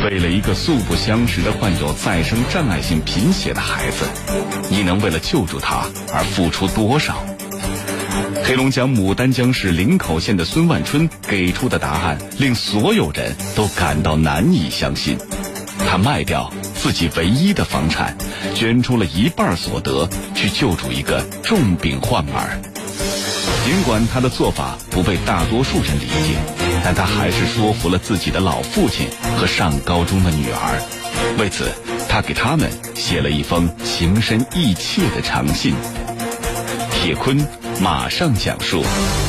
为了一个素不相识的患有再生障碍性贫血的孩子，你能为了救助他而付出多少？黑龙江牡丹江市林口县的孙万春给出的答案令所有人都感到难以相信。他卖掉自己唯一的房产，捐出了一半所得去救助一个重病患儿。尽管他的做法不被大多数人理解，但他还是说服了自己的老父亲和上高中的女儿。为此，他给他们写了一封情深意切的长信。铁坤马上讲述。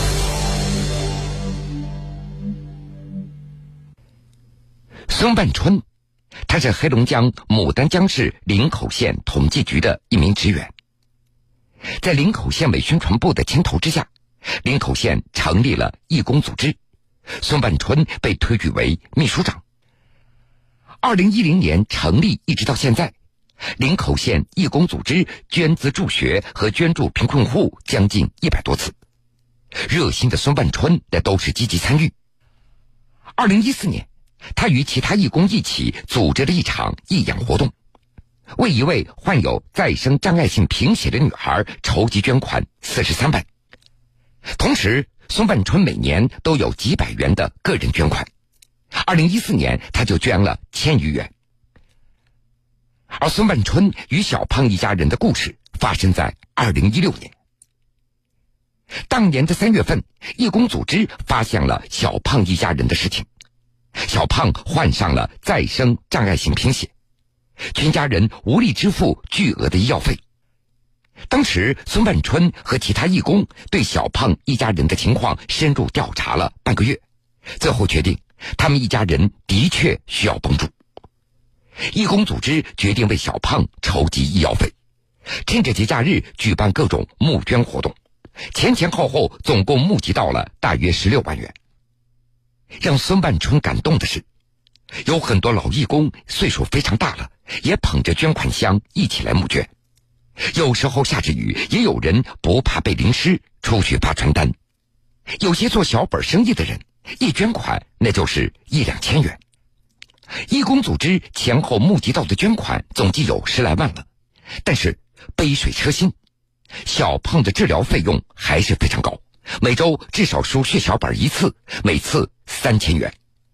孙万春，他是黑龙江牡丹江市林口县统计局的一名职员。在林口县委宣传部的牵头之下，林口县成立了义工组织，孙万春被推举为秘书长。2010年成立一直到现在，林口县义工组织捐资助学和捐助贫困户将近100多次，热心的孙万春那都是积极参与。2014年，他与其他义工一起组织了一场义养活动，为一位患有再生障碍性贫血的女孩筹集捐款43万。同时，孙万春每年都有几百元的个人捐款，2014年他就捐了1000余元。而孙万春与小胖一家人的故事发生在2016年。当年的3月份，义工组织发现了小胖一家人的事情。小胖患上了再生障碍性贫血，全家人无力支付巨额的医药费。当时孙万春和其他义工对小胖一家人的情况深入调查了半个月，最后决定他们一家人的确需要帮助。义工组织决定为小胖筹集医药费，趁着节假日举办各种募捐活动，前后总共募集到了大约16万元。让孙万春感动的是，有很多老义工岁数非常大了，也捧着捐款箱一起来募捐。有时候下着雨，也有人不怕被淋湿出去发传单。有些做小本生意的人一捐款那就是1-2千元。义工组织前后募集到的捐款总计有10来万了，但是杯水车薪，小胖的治疗费用还是非常高，每周至少输血小板1次，每次3000元。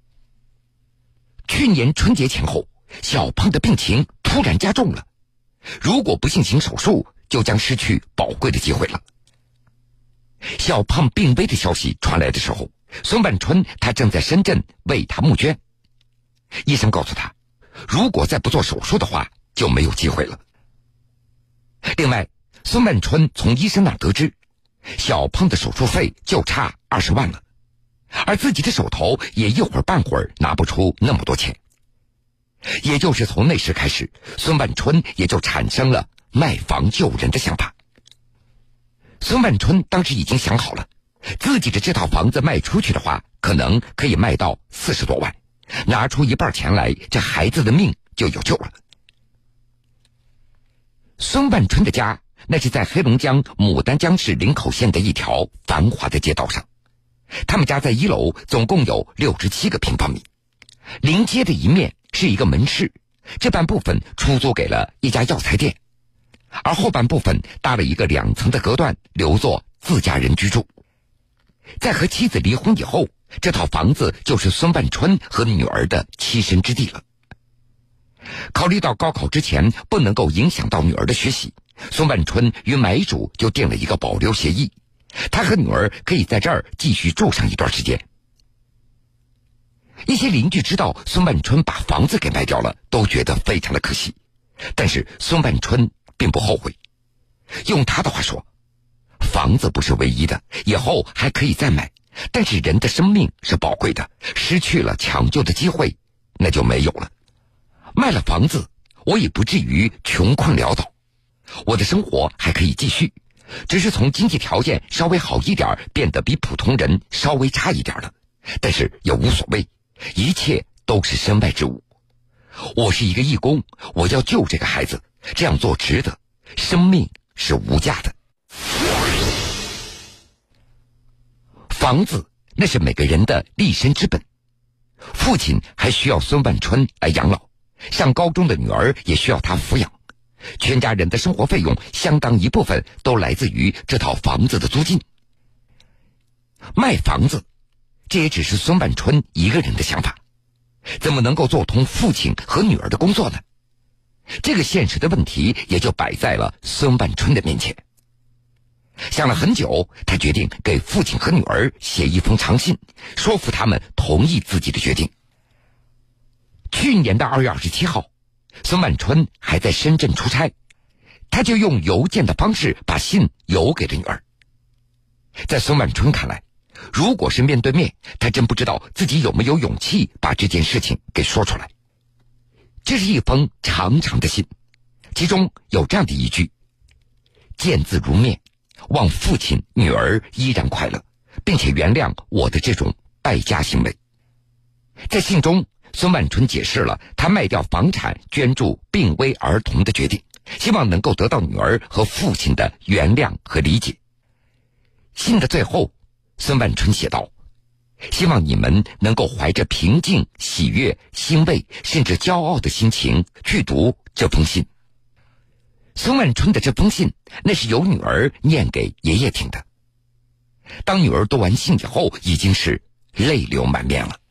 去年春节前后，小胖的病情突然加重了，如果不进行手术，就将失去宝贵的机会了。小胖病危的消息传来的时候，孙万春他正在深圳为他募捐。医生告诉他，如果再不做手术的话，就没有机会了。另外，孙万春从医生那得知，小胖的手术费就差20万了，而自己的手头也一会儿半会儿拿不出那么多钱。也就是从那时开始，孙万春也就产生了卖房救人的想法。孙万春当时已经想好了，自己的这套房子卖出去的话，可能可以卖到40多万，拿出一半钱来，这孩子的命就有救了。孙万春的家那是在黑龙江牡丹江市林口县的一条繁华的街道上，他们家在1楼总共有67个平方米，临街的一面是一个门市，这半部分出租给了一家药材店，而后半部分搭了一个2层的隔断，留作自家人居住。在和妻子离婚以后，这套房子就是孙万春和女儿的栖身之地了。考虑到高考之前不能够影响到女儿的学习，孙万春与买主就订了一个保留协议，他和女儿可以在这儿继续住上一段时间。一些邻居知道孙万春把房子给卖掉了，都觉得非常的可惜，但是孙万春并不后悔。用他的话说，房子不是唯一的，以后还可以再买，但是人的生命是宝贵的，失去了抢救的机会，那就没有了。卖了房子，我也不至于穷困潦倒，我的生活还可以继续，只是从经济条件稍微好一点，变得比普通人稍微差一点了，但是也无所谓，一切都是身外之物。我是一个义工，我要救这个孩子，这样做值得，生命是无价的。房子那是每个人的立身之本， 父亲还需要孙万春来养老，上高中的女儿也需要他抚养，全家人的生活费用相当一部分都来自于这套房子的租金。卖房子，这也只是孙万春一个人的想法，怎么能够做通父亲和女儿的工作呢？这个现实的问题也就摆在了孙万春的面前。想了很久，他决定给父亲和女儿写一封长信，说服他们同意自己的决定。去年的2月27号，孙万春还在深圳出差，他就用邮件的方式把信邮给了女儿。在孙万春看来，如果是面对面，他真不知道自己有没有勇气把这件事情给说出来。这是一封长长的信，其中有这样的一句：见字如面，望父亲女儿依然快乐，并且原谅我的这种败家行为。在信中，孙万春解释了他卖掉房产捐助病危儿童的决定，希望能够得到女儿和父亲的原谅和理解。信的最后，孙万春写道：希望你们能够怀着平静、喜悦、欣慰甚至骄傲的心情去读这封信。孙万春的这封信，那是由女儿念给爷爷听的。当女儿读完信以后，已经是泪流满面了。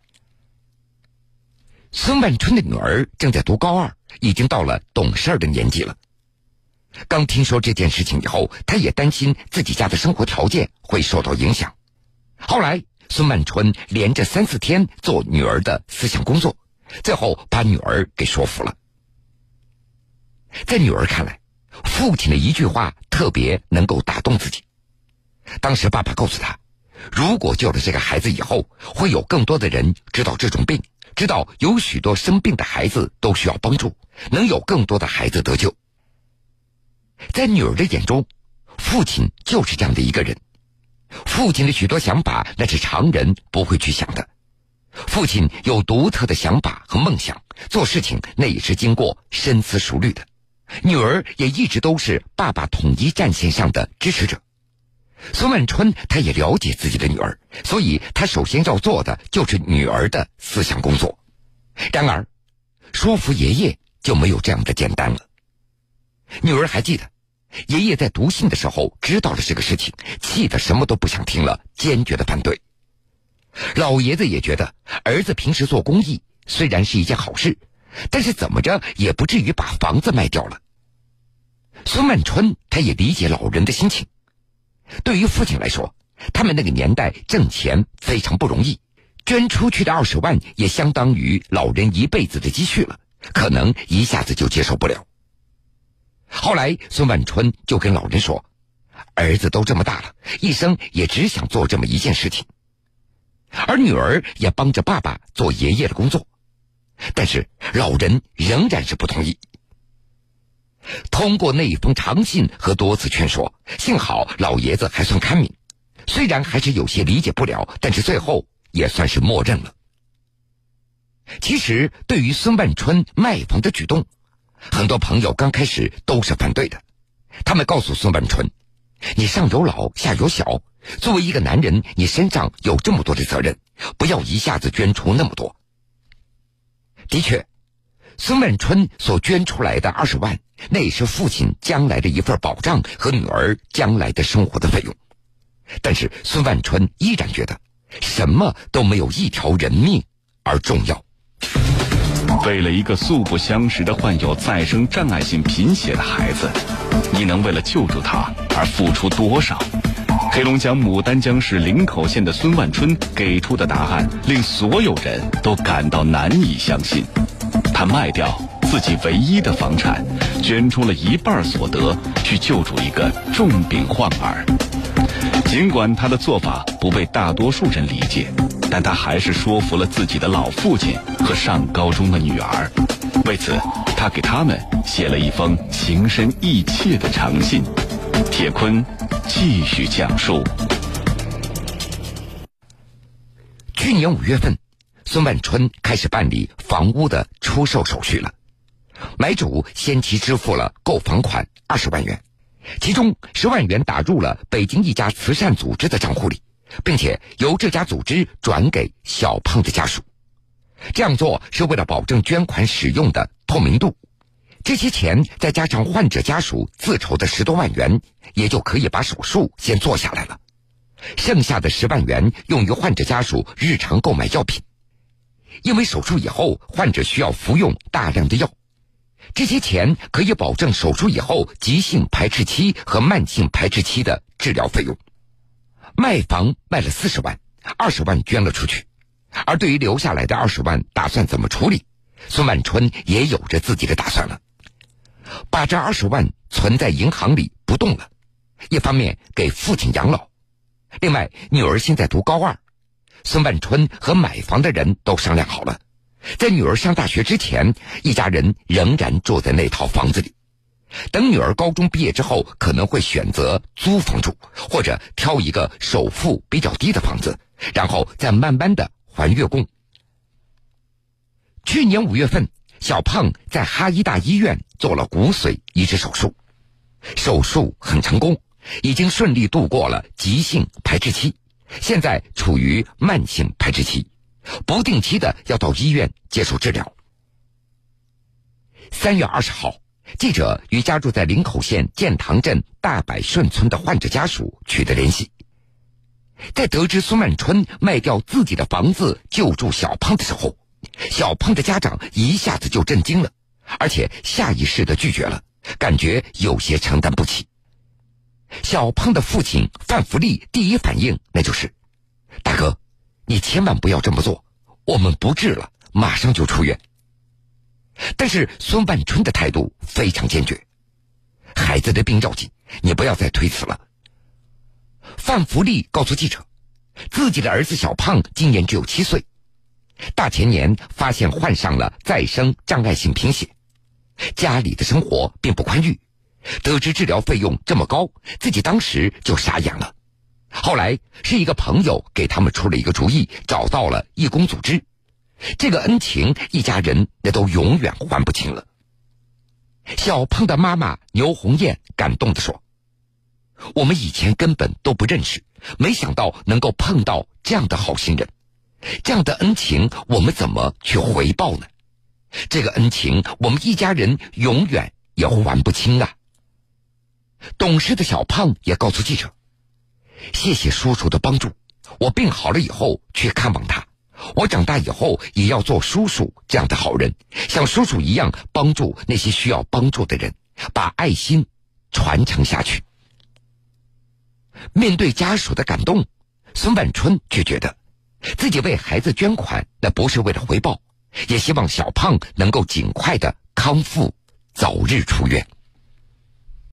孙万春的女儿正在读高2，已经到了懂事的年纪了。刚听说这件事情以后，她也担心自己家的生活条件会受到影响。后来孙万春连着3-4天做女儿的思想工作，最后把女儿给说服了。在女儿看来，父亲的一句话特别能够打动自己。当时爸爸告诉他，如果救了这个孩子以后，会有更多的人知道这种病，知道有许多生病的孩子都需要帮助，能有更多的孩子得救。在女儿的眼中，父亲就是这样的一个人。父亲的许多想法，那是常人不会去想的。父亲有独特的想法和梦想，做事情那也是经过深思熟虑的。女儿也一直都是爸爸统一战线上的支持者。孙万春他也了解自己的女儿，所以他首先要做的就是女儿的思想工作。然而说服爷爷就没有这样的简单了。女儿还记得爷爷在读信的时候知道了这个事情，气得什么都不想听了，坚决的反对。老爷子也觉得儿子平时做公益虽然是一件好事，但是怎么着也不至于把房子卖掉了。孙万春他也理解老人的心情，对于父亲来说，他们那个年代挣钱非常不容易，捐出去的20万也相当于老人一辈子的积蓄了，可能一下子就接受不了。后来孙万春就跟老人说，儿子都这么大了，一生也只想做这么一件事情。而女儿也帮着爸爸做爷爷的工作，但是老人仍然是不同意。通过那一封长信和多次劝说，幸好老爷子还算开明，虽然还是有些理解不了，但是最后也算是默认了。其实对于孙万春卖房的举动，很多朋友刚开始都是反对的。他们告诉孙万春，你上有老下有小，作为一个男人，你身上有这么多的责任，不要一下子捐出那么多。的确，孙万春所捐出来的20万，那也是父亲将来的一份保障和女儿将来的生活的费用。但是孙万春依然觉得什么都没有一条人命而重要。 为了一个素不相识的患有再生障碍性贫血的孩子，你能为了救助他而付出多少？黑龙江牡丹江市林口县的孙万春给出的答案令所有人都感到难以相信。他卖掉自己唯一的房产，捐出了1半所得去救助一个重病患儿。尽管他的做法不被大多数人理解，但他还是说服了自己的老父亲和上高中的女儿。为此，他给他们写了一封情深意切的长信。铁坤继续讲述。 去年5月份，孙万春开始办理房屋的出售手续了。买主先期支付了购房款20万元，其中10万元打入了北京一家慈善组织的账户里，并且由这家组织转给小胖的家属。 这样做是为了保证捐款使用的透明度。这些钱再加上患者家属自筹的10多万元，也就可以把手术先做下来了。剩下的10万元用于患者家属日常购买药品。因为手术以后患者需要服用大量的药，这些钱可以保证手术以后急性排斥期和慢性排斥期的治疗费用。卖房卖了40万，20万捐了出去。而对于留下来的20万打算怎么处理，孙万春也有着自己的打算了。把这20万存在银行里不动了，一方面给父亲养老，另外女儿现在读高2，孙万春和买房的人都商量好了，在女儿上大学之前，一家人仍然住在那套房子里。等女儿高中毕业之后，可能会选择租房住，或者挑一个首付比较低的房子，然后再慢慢的还月供。去年5月份，小胖在哈医大医院做了骨髓移植手术，手术很成功，已经顺利度过了急性排斥期，现在处于慢性排斥期，不定期的要到医院接受治疗。3月20号，记者与家住在林口县建塘镇大柏顺村的患者家属取得联系。在得知孙万春卖掉自己的房子救助小胖的时候，小胖的家长一下子就震惊了，而且下意识地拒绝了，感觉有些承担不起。小胖的父亲范福利第一反应那就是：大哥，你千万不要这么做，我们不治了，马上就出院。但是孙万春的态度非常坚决，孩子的病要紧，你不要再推辞了。范福利告诉记者，自己的儿子小胖今年只有7岁，大前年发现患上了再生障碍性贫血，家里的生活并不宽裕，得知治疗费用这么高，自己当时就傻眼了。后来是一个朋友给他们出了一个主意，找到了义工组织，这个恩情一家人那都永远还不清了。小胖的妈妈牛红艳感动地说，我们以前根本都不认识，没想到能够碰到这样的好心人，这样的恩情我们怎么去回报呢？这个恩情我们一家人永远也还不清啊。懂事的小胖也告诉记者，谢谢叔叔的帮助，我病好了以后去看望他，我长大以后也要做叔叔这样的好人，像叔叔一样帮助那些需要帮助的人，把爱心传承下去。面对家属的感动，孙万春却觉得自己为孩子捐款那不是为了回报，也希望小胖能够尽快的康复，早日出院。